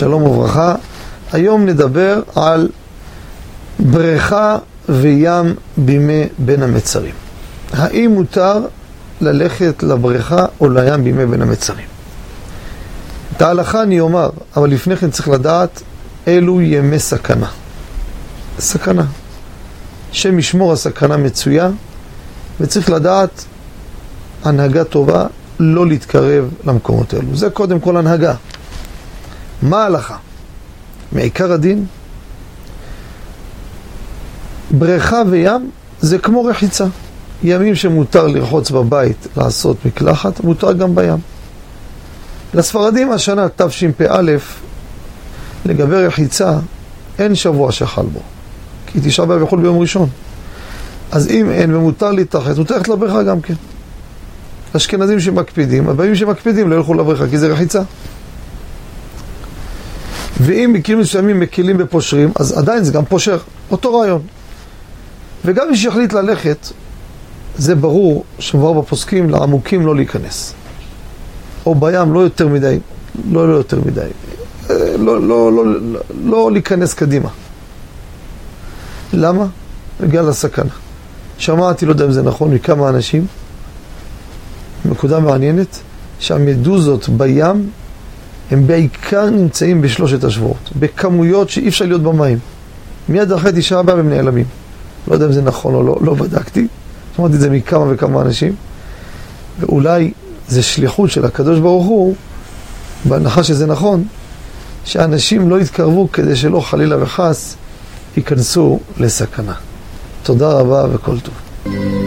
שלום וברכה. היום נדבר על בריכה וים בימי בין המצרים. האם מותר ללכת לבריכה או לים בימי בין המצרים? את ההלכה אני אומר, אבל לפני כן צריך לדעת אלו ימי סכנה. סכנה. שם ישמור הסכנה מצויה, וצריך לדעת הנהגה טובה לא להתקרב למקומות האלו. זה קודם כל הנהגה. מה ההלכה? מעיקר הדין, בריכה וים זה כמו רחיצה. ימים שמותר לרחוץ בבית לעשות מקלחת, מותר גם בים. לספרדים השנה תשפ"א לגבי רחיצה אין שבוע שחל בו, כי תשעה באב יחול ביום ראשון. אז אם אין ומותר להתרחץ, מותר ללכת לבריכה גם כן. אשכנזים שמקפידים, הבאים שמקפידים לא ילכו לבריכה, כי זה רחיצה. ואם מקרים מסוימים מקילים בפושרים, אז עדיין זה גם פושר, אותו רעיון. וגם מי שיחליט ללכת, זה ברור שמבר בפוסקים לעמוקים לא להיכנס. או בים לא יותר מדי, לא יותר מדי. לא להיכנס קדימה. למה? בגלל הסכנה. שמעתי, לא יודע אם זה נכון, מכמה אנשים, נקודה מעניינת, שהמדוזות בים, הם בעיקר נמצאים בשלושת השבועות, בכמויות שאי אפשר להיות במים. מיד אחרי תשעה באב הם נעלמים. לא יודע אם זה נכון או לא, לא בדקתי. שמעתי את זה מכמה וכמה אנשים. ואולי זה שליחות של הקדוש ברוך הוא, בהנחה שזה נכון, שאנשים לא יתקרבו כדי שלא חלילה וחס ייכנסו לסכנה. תודה רבה וכל טוב.